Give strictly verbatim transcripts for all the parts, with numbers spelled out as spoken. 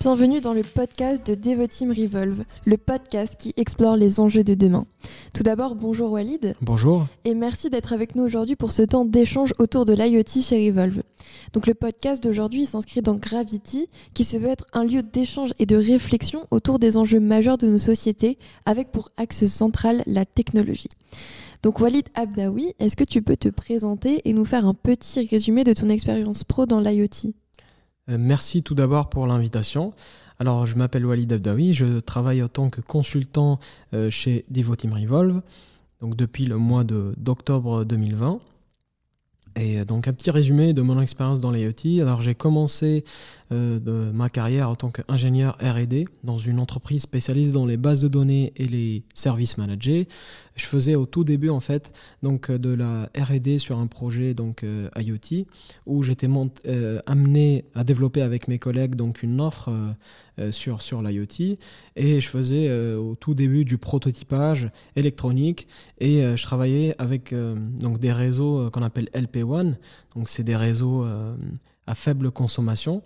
Bienvenue dans le podcast de Devoteam Revolve, le podcast qui explore les enjeux de demain. Tout d'abord, bonjour Walid. Bonjour. Et merci d'être avec nous aujourd'hui pour ce temps d'échange autour de l'I O T chez Revolve. Donc le podcast d'aujourd'hui s'inscrit dans Gravity, qui se veut être un lieu d'échange et de réflexion autour des enjeux majeurs de nos sociétés, avec pour axe central la technologie. Donc Walid Abdaoui, est-ce que tu peux te présenter et nous faire un petit résumé de ton expérience pro dans l'I O T ? Euh, merci tout d'abord pour l'invitation. Alors, je m'appelle Walid Abdaoui, je travaille en tant que consultant euh, chez Devoteam Revolve, donc depuis le mois de, d'octobre deux mille vingt. Et donc, un petit résumé de mon expérience dans l'I O T. Alors, j'ai commencé euh, de ma carrière en tant qu'ingénieur R et D dans une entreprise spécialisée dans les bases de données et les services managés. Je faisais au tout début, en fait, donc, de la R et D sur un projet donc, euh, I O T où j'étais mont- euh, amené à développer avec mes collègues donc, une offre euh, euh, sur, sur l'I O T. Et je faisais euh, au tout début du prototypage électronique et euh, je travaillais avec euh, donc, des réseaux euh, qu'on appelle L P un. Donc, c'est des réseaux euh, à faible consommation.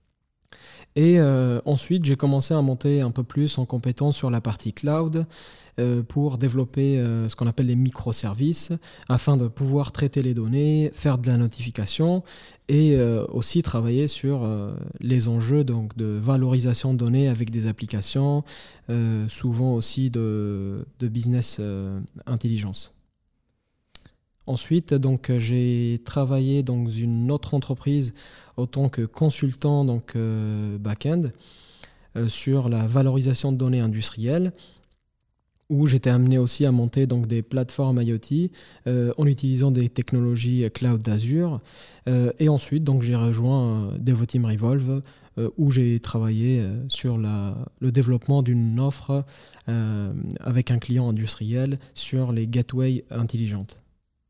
Et euh, ensuite, j'ai commencé à monter un peu plus en compétence sur la partie cloud euh, pour développer euh, ce qu'on appelle les microservices afin de pouvoir traiter les données, faire de la notification et euh, aussi travailler sur euh, les enjeux donc, de valorisation de données avec des applications, euh, souvent aussi de, de business euh, intelligence. Ensuite, donc, j'ai travaillé dans une autre entreprise en tant que consultant donc, euh, back-end euh, sur la valorisation de données industrielles où j'étais amené aussi à monter donc, des plateformes I O T euh, en utilisant des technologies cloud d'Azure. Euh, et ensuite, donc, j'ai rejoint euh, Devoteam Revolve euh, où j'ai travaillé euh, sur la, le développement d'une offre euh, avec un client industriel sur les gateways intelligentes.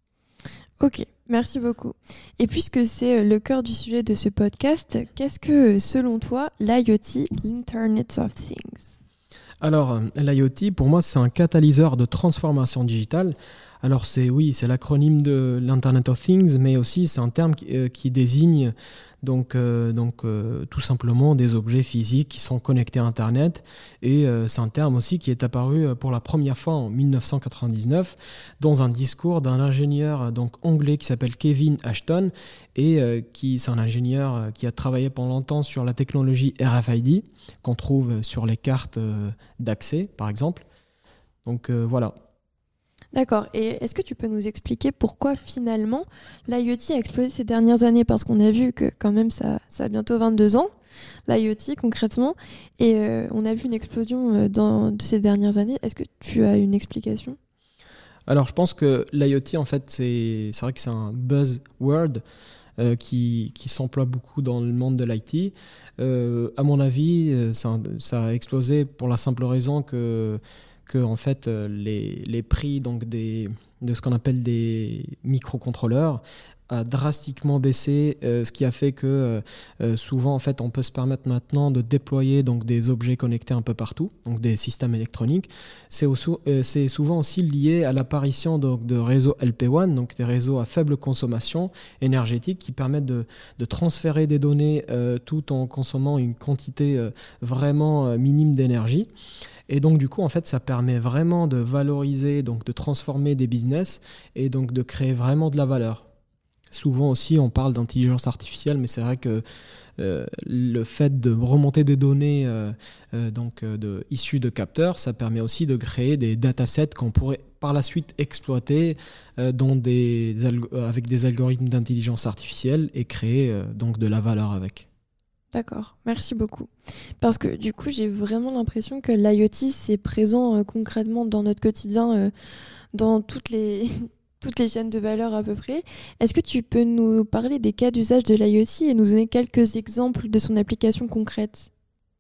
Ok, merci beaucoup. Et puisque c'est le cœur du sujet de ce podcast, qu'est-ce que, selon toi, l'I O T, l'Internet of Things ? Alors, l'I O T, pour moi, c'est un catalyseur de transformation digitale. Alors, c'est oui, c'est l'acronyme de l'Internet of Things, mais aussi c'est un terme qui, euh, qui désigne donc, euh, donc euh, tout simplement des objets physiques qui sont connectés à Internet. Et euh, c'est un terme aussi qui est apparu pour la première fois en dix-neuf cent quatre-vingt-dix-neuf dans un discours d'un ingénieur donc, anglais qui s'appelle Kevin Ashton et euh, qui c'est un ingénieur qui a travaillé pendant longtemps sur la technologie R F I D qu'on trouve sur les cartes euh, d'accès, par exemple. Donc euh, voilà. D'accord. Et est-ce que tu peux nous expliquer pourquoi finalement l'I O T a explosé ces dernières années ? Parce qu'on a vu que quand même ça, ça a bientôt vingt-deux ans, l'I O T concrètement, et euh, on a vu une explosion dans, de ces dernières années. Est-ce que tu as une explication ? Alors je pense que l'I O T en fait c'est, c'est vrai que c'est un buzzword euh, qui, qui s'emploie beaucoup dans le monde de l'I T. Euh, à mon avis, ça, ça a explosé pour la simple raison que que en fait les, les prix donc des, de ce qu'on appelle des microcontrôleurs a drastiquement baissé, euh, ce qui a fait que euh, souvent en fait on peut se permettre maintenant de déployer donc des objets connectés un peu partout, donc des systèmes électroniques. C'est, aussi, euh, c'est souvent aussi lié à l'apparition donc, de réseaux L P un, donc des réseaux à faible consommation énergétique qui permettent de, de transférer des données euh, tout en consommant une quantité euh, vraiment euh, minime d'énergie. Et donc, du coup, en fait, ça permet vraiment de valoriser, donc de transformer des business et donc de créer vraiment de la valeur. Souvent aussi, on parle d'intelligence artificielle, mais c'est vrai que euh, le fait de remonter des données euh, euh, donc, euh, de, issues de capteurs, ça permet aussi de créer des datasets qu'on pourrait par la suite exploiter euh, dans des, alg- avec des algorithmes d'intelligence artificielle et créer euh, donc de la valeur avec. D'accord, merci beaucoup. Parce que du coup, j'ai vraiment l'impression que l'I O T, c'est présent euh, concrètement dans notre quotidien, euh, dans toutes les, toutes les chaînes de valeur à peu près. Est-ce que tu peux nous parler des cas d'usage de l'I O T et nous donner quelques exemples de son application concrète ?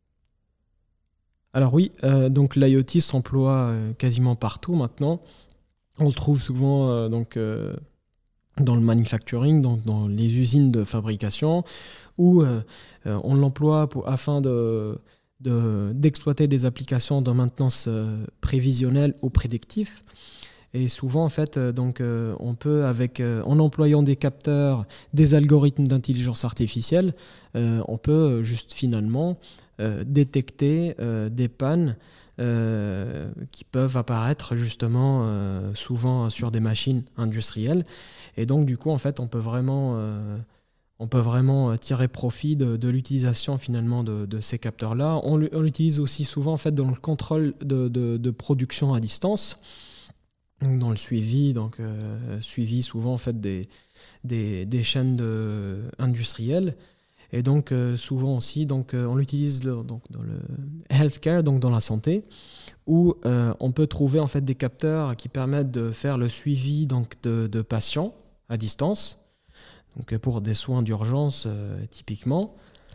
Alors oui, euh, donc l'I O T s'emploie euh, quasiment partout maintenant. On le trouve souvent euh, donc, euh, dans le manufacturing, donc dans les usines de fabrication, où euh, euh, on l'emploie pour, afin de, de, d'exploiter des applications de maintenance euh, prévisionnelle ou prédictive. Et souvent, en fait, euh, donc, euh, on peut, avec, euh, en employant des capteurs, des algorithmes d'intelligence artificielle, euh, on peut euh, juste finalement euh, détecter euh, des pannes euh, qui peuvent apparaître justement euh, souvent sur des machines industrielles. Et donc du coup en fait on peut vraiment euh, on peut vraiment tirer profit de, de l'utilisation finalement de, de ces capteurs-là. On, on l'utilise aussi souvent en fait dans le contrôle de, de, de production à distance, donc dans le suivi, donc euh, suivi souvent en fait des, des, des chaînes de, industrielles. Et donc euh, souvent aussi donc euh, on l'utilise le, donc dans le healthcare, donc dans la santé, où euh, on peut trouver en fait des capteurs qui permettent de faire le suivi donc de, de patients à distance. Donc pour des soins d'urgence euh, typiquement.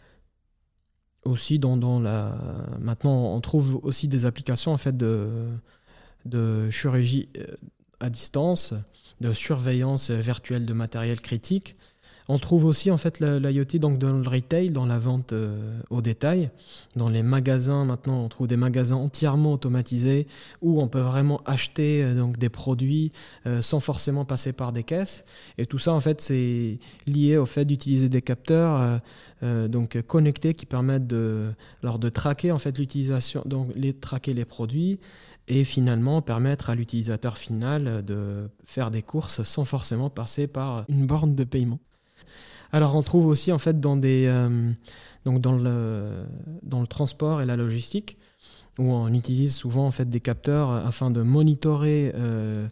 Aussi dans, dans la maintenant on trouve aussi des applications en fait de, de chirurgie à distance, de surveillance virtuelle de matériel critique. On trouve aussi en fait l'IoT donc dans le retail, dans la vente euh, au détail, dans les magasins. Maintenant, on trouve des magasins entièrement automatisés où on peut vraiment acheter euh, donc des produits euh, sans forcément passer par des caisses. Et tout ça en fait c'est lié au fait d'utiliser des capteurs euh, euh, donc connectés qui permettent de alors de traquer en fait l'utilisation, donc les traquer les produits. Et finalement permettre à l'utilisateur final de faire des courses sans forcément passer par une borne de paiement. Alors on trouve aussi en fait dans des euh, donc dans le dans le transport et la logistique où on utilise souvent en fait des capteurs afin de monitorer euh,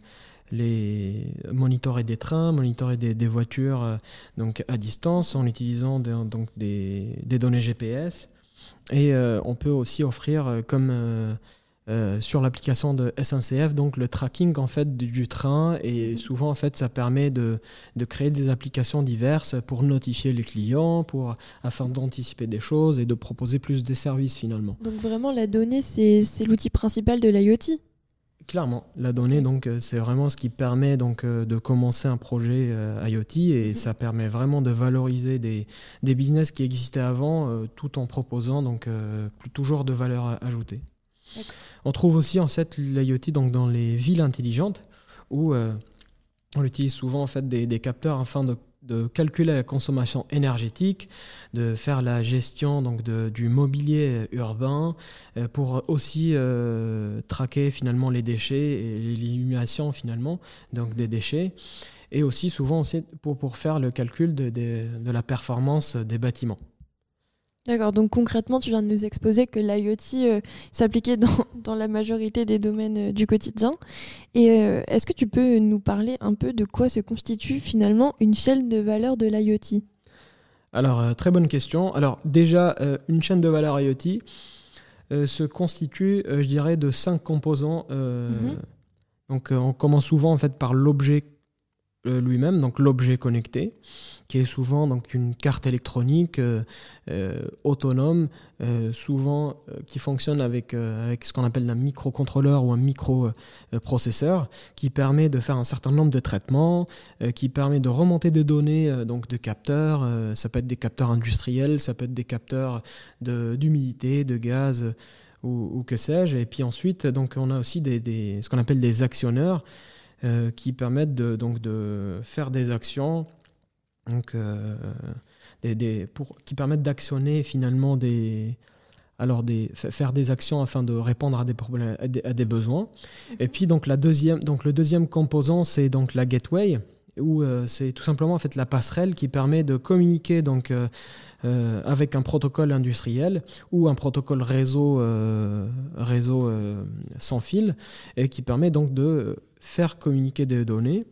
les monitorer des trains, monitorer des, des voitures euh, donc à distance en utilisant de, donc des, des données G P S. Et euh, on peut aussi offrir euh, comme euh, Euh, sur l'application de S N C F, donc le tracking en fait du, du train, et souvent en fait ça permet de, de créer des applications diverses pour notifier les clients, pour, afin d'anticiper des choses et de proposer plus de services finalement. Donc vraiment la donnée c'est, c'est l'outil principal de l'IoT. Clairement, la donnée donc c'est vraiment ce qui permet donc de commencer un projet euh, IoT et mmh. ça permet vraiment de valoriser des, des business qui existaient avant euh, tout en proposant donc euh, toujours de valeur ajoutée. D'accord. On trouve aussi en fait l'IoT donc dans les villes intelligentes où euh, on utilise souvent en fait des, des capteurs afin de, de calculer la consommation énergétique, de faire la gestion donc de, du mobilier urbain, euh, pour aussi euh, traquer finalement les déchets et l'élimination finalement donc des déchets, et aussi souvent aussi pour, pour faire le calcul de, de, de la performance des bâtiments. D'accord, donc concrètement, tu viens de nous exposer que l'IoT euh, s'appliquait dans, dans la majorité des domaines euh, du quotidien. Et euh, est-ce que tu peux nous parler un peu de quoi se constitue finalement une chaîne de valeur de l'IoT ? Alors, euh, très bonne question. Alors déjà, euh, une chaîne de valeur IoT euh, se constitue, euh, je dirais, de cinq composants. Euh, mm-hmm. Donc, euh, on commence souvent en fait par l'objet euh, lui-même, donc l'objet connecté, qui est souvent donc une carte électronique euh, euh, autonome, euh, souvent euh, qui fonctionne avec, euh, avec ce qu'on appelle un microcontrôleur ou un microprocesseur, euh, qui permet de faire un certain nombre de traitements, euh, qui permet de remonter des données euh, donc de capteurs. Euh, ça peut être des capteurs industriels, ça peut être des capteurs de, d'humidité, de gaz, euh, ou, ou que sais-je. Et puis ensuite, donc, on a aussi des, des, ce qu'on appelle des actionneurs euh, qui permettent de, donc, de faire des actions. Donc, euh, des, des, pour, qui permettent d'actionner finalement des, alors des, faire des actions afin de répondre à des problèmes, à des, à des besoins. Et puis donc la deuxième, donc le deuxième composant, c'est donc la gateway, où euh, c'est tout simplement en fait la passerelle qui permet de communiquer donc euh, euh, avec un protocole industriel ou un protocole réseau euh, réseau euh, sans fil, et qui permet donc de faire communiquer des données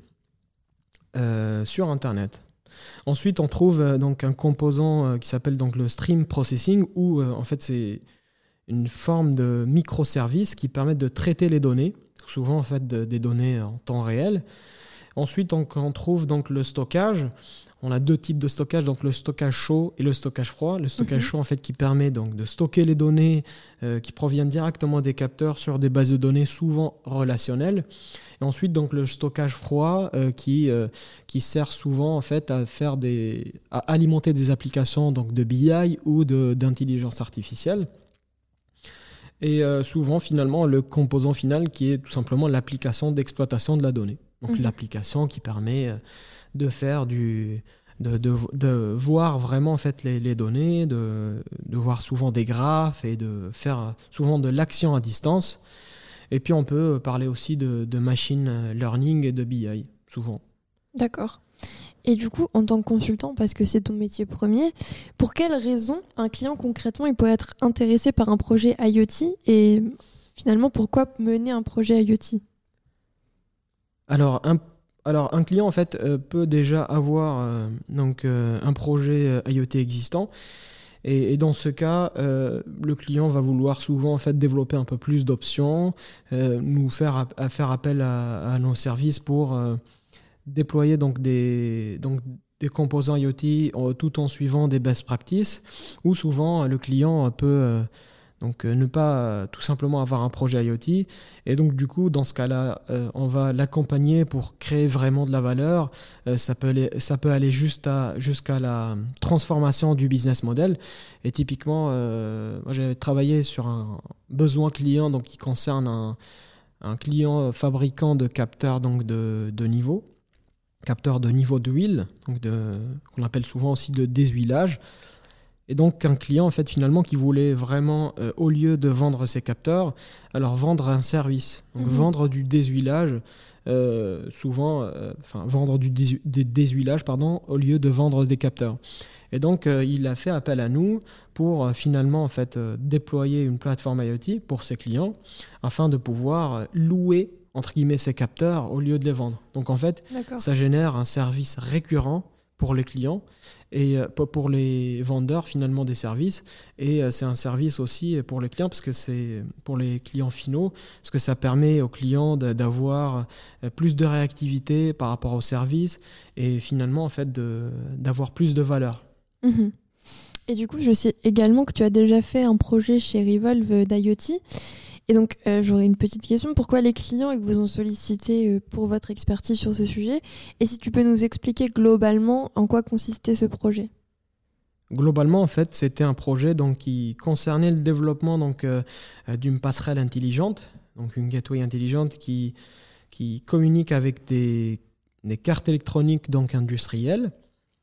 euh, sur Internet. Ensuite, on trouve euh, donc un composant euh, qui s'appelle donc le stream processing, où euh, en fait c'est une forme de microservice qui permet de traiter les données, souvent en fait de, des données en temps réel. Ensuite, on, on trouve donc le stockage. On a deux types de stockage, donc le stockage chaud et le stockage froid. Le stockage mmh. chaud en fait qui permet donc de stocker les données euh, qui proviennent directement des capteurs sur des bases de données souvent relationnelles. Et ensuite donc le stockage froid euh, qui euh, qui sert souvent en fait à faire des à alimenter des applications donc de B I ou de d'intelligence artificielle. Et euh, souvent finalement le composant final qui est tout simplement l'application d'exploitation de la donnée. Donc mmh. l'application qui permet euh, de faire du de, de, de voir vraiment en fait, les, les données, de, de voir souvent des graphes et de faire souvent de l'action à distance. Et puis on peut parler aussi de, de machine learning et de B I, souvent. D'accord. Et du coup, en tant que consultant, parce que c'est ton métier premier, pour quelles raisons un client concrètement il peut être intéressé par un projet IoT et finalement pourquoi mener un projet IoT ? Alors un, alors, un client en fait euh, peut déjà avoir euh, donc, euh, un projet euh, IoT existant. Et, et dans ce cas, euh, le client va vouloir souvent en fait, développer un peu plus d'options, euh, nous faire, à, à faire appel à, à nos services pour euh, déployer donc, des, donc, des composants IoT euh, tout en suivant des best practices, où souvent le client peut euh, donc, euh, ne pas euh, tout simplement avoir un projet IoT. Et donc du coup, dans ce cas-là, euh, on va l'accompagner pour créer vraiment de la valeur. Euh, ça peut aller, ça peut aller juste à, jusqu'à la transformation du business model. Et typiquement, euh, moi j'ai travaillé sur un besoin client donc, qui concerne un, un client fabricant de capteurs donc, de, de niveau, capteurs de niveau d'huile, donc de, qu'on appelle souvent aussi de déshuilage. Et donc un client en fait finalement qui voulait vraiment euh, au lieu de vendre ses capteurs, alors vendre un service, donc mmh. vendre du déshuilage, euh, souvent, euh, enfin vendre du désu- des déshuilage pardon, au lieu de vendre des capteurs. Et donc euh, il a fait appel à nous pour euh, finalement en fait euh, déployer une plateforme IoT pour ses clients afin de pouvoir euh, louer entre guillemets ses capteurs au lieu de les vendre. Donc en fait D'accord. ça génère un service récurrent pour les clients et pour les vendeurs finalement des services, et c'est un service aussi pour les clients parce que c'est pour les clients finaux, parce que ça permet aux clients d'avoir plus de réactivité par rapport au service et finalement en fait de, d'avoir plus de valeur. Mmh. Et du coup je sais également que tu as déjà fait un projet chez Revolve d'IoT. Et donc, euh, j'aurais une petite question. Pourquoi les clients vous ont sollicité euh, pour votre expertise sur ce sujet ? Et si tu peux nous expliquer globalement en quoi consistait ce projet ? Globalement, en fait, c'était un projet donc, qui concernait le développement donc, euh, d'une passerelle intelligente, donc une gateway intelligente qui, qui communique avec des, des cartes électroniques donc, industrielles,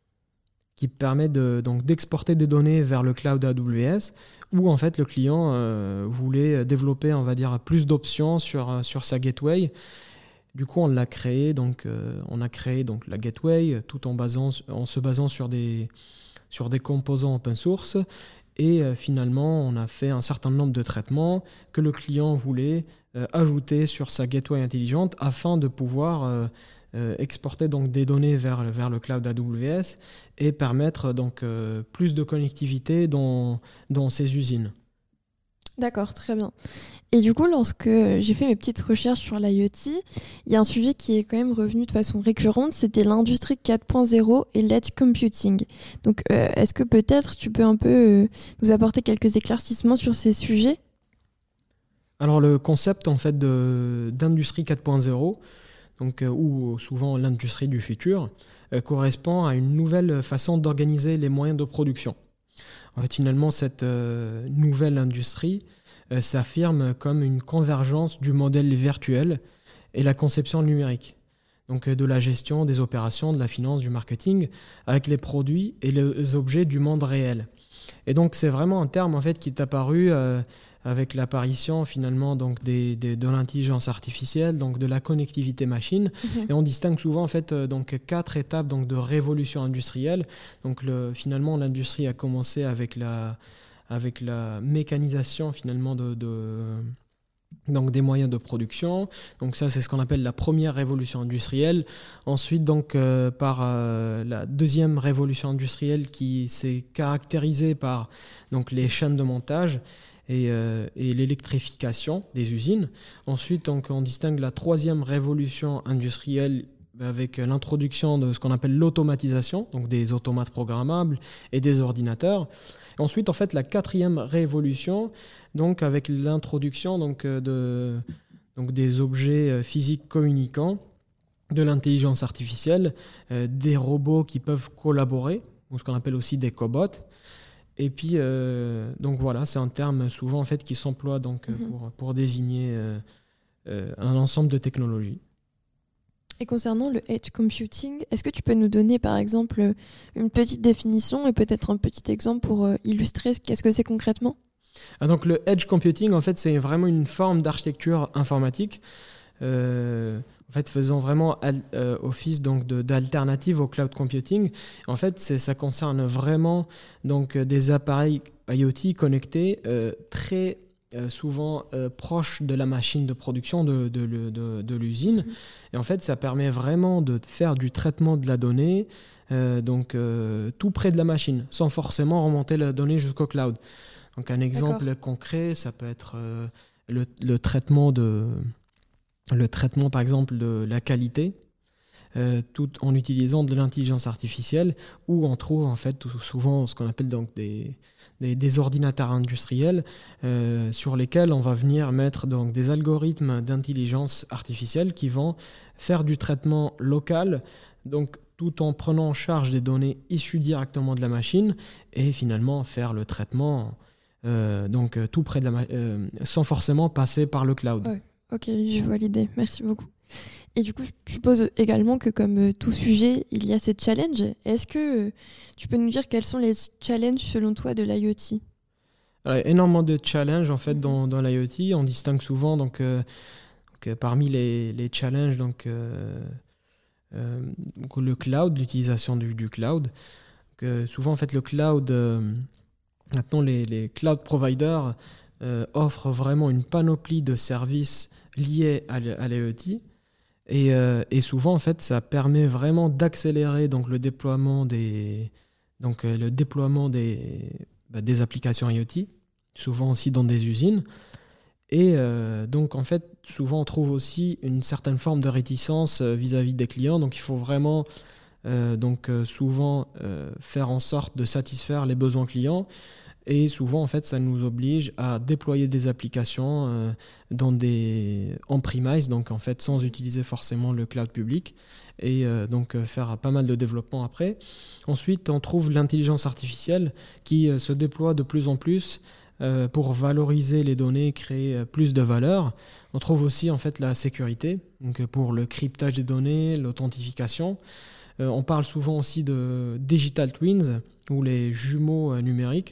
qui permet de, donc, d'exporter des données vers le cloud A W S, où en fait le client euh, voulait développer, on va dire, plus d'options sur, sur sa gateway. Du coup, on l'a créé, donc euh, on a créé donc la gateway tout en, basant, en se basant sur des, sur des composants open source. Et euh, finalement, on a fait un certain nombre de traitements que le client voulait euh, ajouter sur sa gateway intelligente afin de pouvoir euh, Euh, exporter donc des données vers, vers le cloud A W S et permettre donc euh, plus de connectivité dans, dans ces usines. D'accord, très bien. Et du coup, lorsque j'ai fait mes petites recherches sur l'IoT, il y a un sujet qui est quand même revenu de façon récurrente, c'était l'industrie quatre point zéro et l'edge computing. Donc, euh, est-ce que peut-être tu peux un peu euh, nous apporter quelques éclaircissements sur ces sujets ? Alors, le concept en fait de, d'industrie quatre point zéro, donc, euh, ou souvent l'industrie du futur, euh, correspond à une nouvelle façon d'organiser les moyens de production. En fait, finalement, cette euh, nouvelle industrie euh, s'affirme comme une convergence du modèle virtuel et la conception numérique, donc euh, de la gestion des opérations, de la finance, du marketing, avec les produits et les objets du monde réel. Et donc, c'est vraiment un terme en fait, qui est apparu euh, avec l'apparition finalement donc des, des, de l'intelligence artificielle, donc de la connectivité machine. Mmh. Et on distingue souvent en fait euh, donc quatre étapes donc de révolution industrielle. Donc le, finalement l'industrie a commencé avec la avec la mécanisation finalement de, de donc des moyens de production. Donc ça c'est ce qu'on appelle la première révolution industrielle. Ensuite donc euh, par euh, la deuxième révolution industrielle qui s'est caractérisée par donc les chaînes de montage et, euh, et l'électrification des usines. Ensuite, donc, on distingue la troisième révolution industrielle avec l'introduction de ce qu'on appelle l'automatisation, donc des automates programmables et des ordinateurs. Et ensuite, en fait, la quatrième révolution, donc avec l'introduction donc, de, donc, des objets physiques communicants, de l'intelligence artificielle, euh, des robots qui peuvent collaborer, ou ce qu'on appelle aussi des cobots. Et puis, euh, donc voilà, c'est un terme souvent en fait, qui s'emploie donc, mmh. pour, pour désigner euh, euh, un ensemble de technologies. Et concernant le edge computing, est-ce que tu peux nous donner par exemple une petite définition et peut-être un petit exemple pour euh, illustrer qu'est-ce que c'est concrètement ? Ah, donc le edge computing, en fait, c'est vraiment une forme d'architecture informatique, euh, en fait, faisant vraiment al- euh, office donc de, d'alternative au cloud computing. En fait, c'est, ça concerne vraiment donc des appareils IoT connectés euh, très euh, souvent euh, proches de la machine de production de, de, de, de, de l'usine. Et en fait, ça permet vraiment de faire du traitement de la donnée, euh, donc euh, tout près de la machine, sans forcément remonter la donnée jusqu'au cloud. Donc un exemple D'accord. concret, ça peut être euh, le, le traitement de, le traitement par exemple de la qualité, euh, tout en utilisant de l'intelligence artificielle, où on trouve en fait tout souvent ce qu'on appelle donc des, des, des ordinateurs industriels euh, sur lesquels on va venir mettre donc des algorithmes d'intelligence artificielle qui vont faire du traitement local, donc tout en prenant en charge des données issues directement de la machine et finalement faire le traitement euh, donc euh, tout près de la ma- euh, sans forcément passer par le cloud. Ouais. Ok, je vois l'idée. Merci beaucoup. Et du coup, je suppose également que comme euh, tout sujet, il y a ces challenges. Est-ce que euh, tu peux nous dire quels sont les challenges selon toi de l'IoT ? Alors, énormément de challenges en fait dans, dans l'IoT. On distingue souvent donc, euh, donc, euh, parmi les, les challenges donc, euh, euh, donc, le cloud, l'utilisation du, du cloud. Donc, euh, souvent en fait le cloud, euh, maintenant les, les cloud providers euh, offrent vraiment une panoplie de services liés à, l- à l'IoT. Et, euh, et souvent, en fait, ça permet vraiment d'accélérer donc, le déploiement des, donc, euh, le déploiement des, bah, des applications IoT, souvent aussi dans des usines. Et euh, donc, en fait, souvent, on trouve aussi une certaine forme de réticence euh, vis-à-vis des clients. Donc, il faut vraiment euh, donc, euh, souvent euh, faire en sorte de satisfaire les besoins clients. Et souvent, en fait, ça nous oblige à déployer des applications euh, dans des on-premise, donc en fait, sans utiliser forcément le cloud public, et euh, donc euh, faire pas mal de développement après. Ensuite, on trouve l'intelligence artificielle qui euh, se déploie de plus en plus euh, pour valoriser les données, créer euh, plus de valeur. On trouve aussi en fait la sécurité, donc euh, pour le cryptage des données, l'authentification. Euh, on parle souvent aussi de digital twins ou les jumeaux euh, numériques,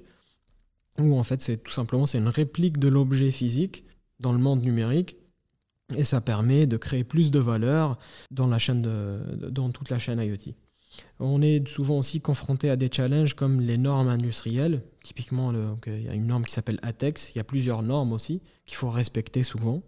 où en fait c'est tout simplement c'est une réplique de l'objet physique dans le monde numérique et ça permet de créer plus de valeur dans la chaîne de, dans toute la chaîne IoT. On est souvent aussi confronté à des challenges comme les normes industrielles. Typiquement, le, donc, il y a une norme qui s'appelle ATEX. Il y a plusieurs normes aussi qu'il faut respecter souvent.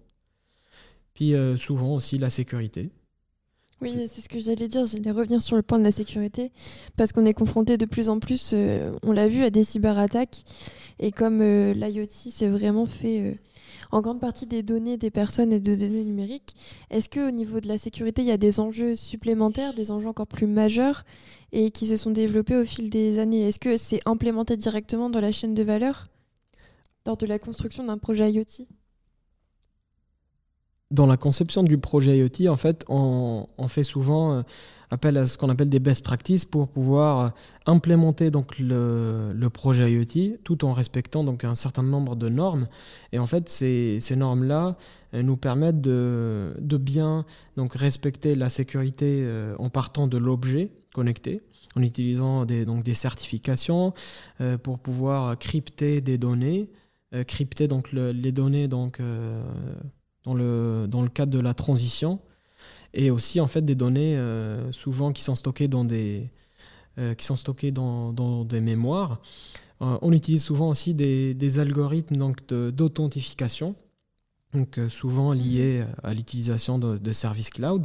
Puis euh, souvent aussi la sécurité. Oui, c'est ce que j'allais dire. J'allais revenir sur le point de la sécurité parce qu'on est confronté de plus en plus, euh, on l'a vu, à des cyberattaques. Et comme euh, l'IoT, c'est vraiment fait euh, en grande partie des données des personnes et de données numériques, est-ce qu'au niveau de la sécurité, il y a des enjeux supplémentaires, des enjeux encore plus majeurs et qui se sont développés au fil des années ? Est-ce que c'est implémenté directement dans la chaîne de valeur lors de la construction d'un projet IoT ? Dans la conception du projet IoT, en fait, on, on fait souvent euh, appel à ce qu'on appelle des best practices pour pouvoir euh, implémenter donc le, le projet IoT tout en respectant donc un certain nombre de normes. Et en fait, ces, ces normes-là euh, nous permettent de, de bien donc respecter la sécurité euh, en partant de l'objet connecté, en utilisant des, donc des certifications euh, pour pouvoir crypter des données, euh, crypter donc le, les données donc euh, dans le, dans le cadre de la transition, et aussi en fait des données euh, souvent qui sont stockées dans des, euh, qui sont stockées dans, dans des mémoires. Euh, on utilise souvent aussi des, des algorithmes donc, de, d'authentification, donc euh, souvent liés à l'utilisation de, de services cloud.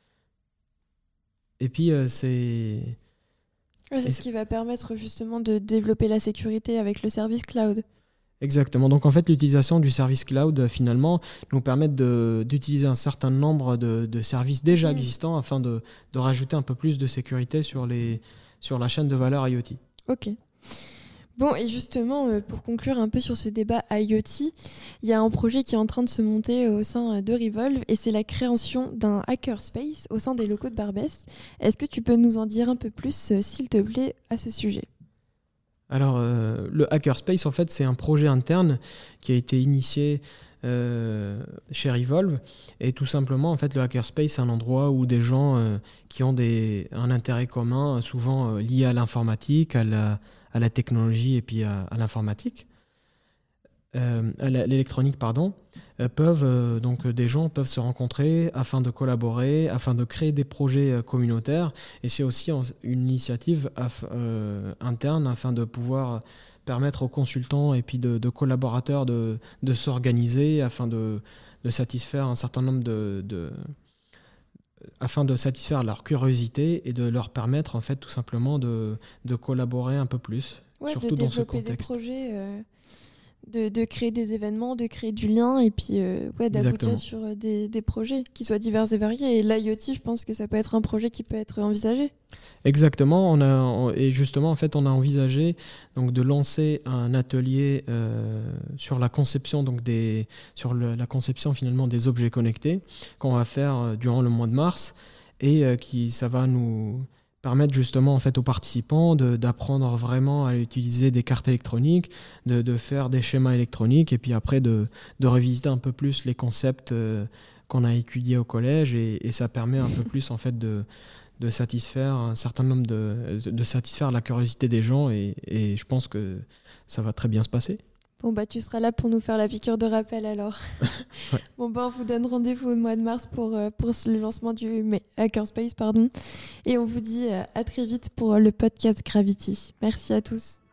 Et puis euh, c'est... Ouais, c'est et ce qui va permettre justement de développer la sécurité avec le service cloud. Exactement. Donc en fait, l'utilisation du service cloud finalement nous permet de, d'utiliser un certain nombre de, de services déjà Mmh. existants afin de, de rajouter un peu plus de sécurité sur, les, sur la chaîne de valeur IoT. Ok. Bon, et justement, euh, pour conclure un peu sur ce débat IoT, il y a un projet qui est en train de se monter au sein de Revolve et c'est la création d'un hackerspace au sein des locaux de Barbès. Est-ce que tu peux nous en dire un peu plus, euh, s'il te plaît, à ce sujet ? Alors, euh, le hackerspace, en fait, c'est un projet interne qui a été initié euh, chez Revolve. Et tout simplement, en fait, le hackerspace, c'est un endroit où des gens euh, qui ont des, un intérêt commun, souvent euh, lié à l'informatique, à la, à la technologie et puis à, à l'informatique, euh, à la, l'électronique, pardon, euh, peuvent, euh, donc des gens peuvent se rencontrer afin de collaborer, afin de créer des projets euh, communautaires. Et c'est aussi en, une initiative aff, euh, interne afin de pouvoir permettre aux consultants et puis de, de collaborateurs de, de s'organiser afin de, de satisfaire un certain nombre de, de afin de satisfaire leur curiosité et de leur permettre en fait tout simplement de, de collaborer un peu plus, ouais, surtout de dans ce développer contexte. Des projets, euh, de, de créer des événements, de créer du lien et puis euh, ouais, d'aboutir Exactement. sur des, des projets qui soient divers et variés. Et l'IoT, je pense que ça peut être un projet qui peut être envisagé. Exactement, on a, et justement en fait on a envisagé donc de lancer un atelier euh, sur la conception donc des sur le, la conception finalement des objets connectés qu'on va faire euh, durant le mois de mars et euh, qui ça va nous permettre justement en fait aux participants de, d'apprendre vraiment à utiliser des cartes électroniques, de, de faire des schémas électroniques et puis après de, de revisiter un peu plus les concepts euh, qu'on a étudiés au collège et, et ça permet un peu plus en fait de de satisfaire un certain nombre de, de satisfaire la curiosité des gens et, et je pense que ça va très bien se passer. Bon bah tu seras là pour nous faire la piqûre de rappel alors. Ouais. Bon bah on vous donne rendez-vous au mois de mars pour, pour le lancement du Hackerspace pardon. Et on vous dit à très vite pour le podcast Gravity. Merci à tous.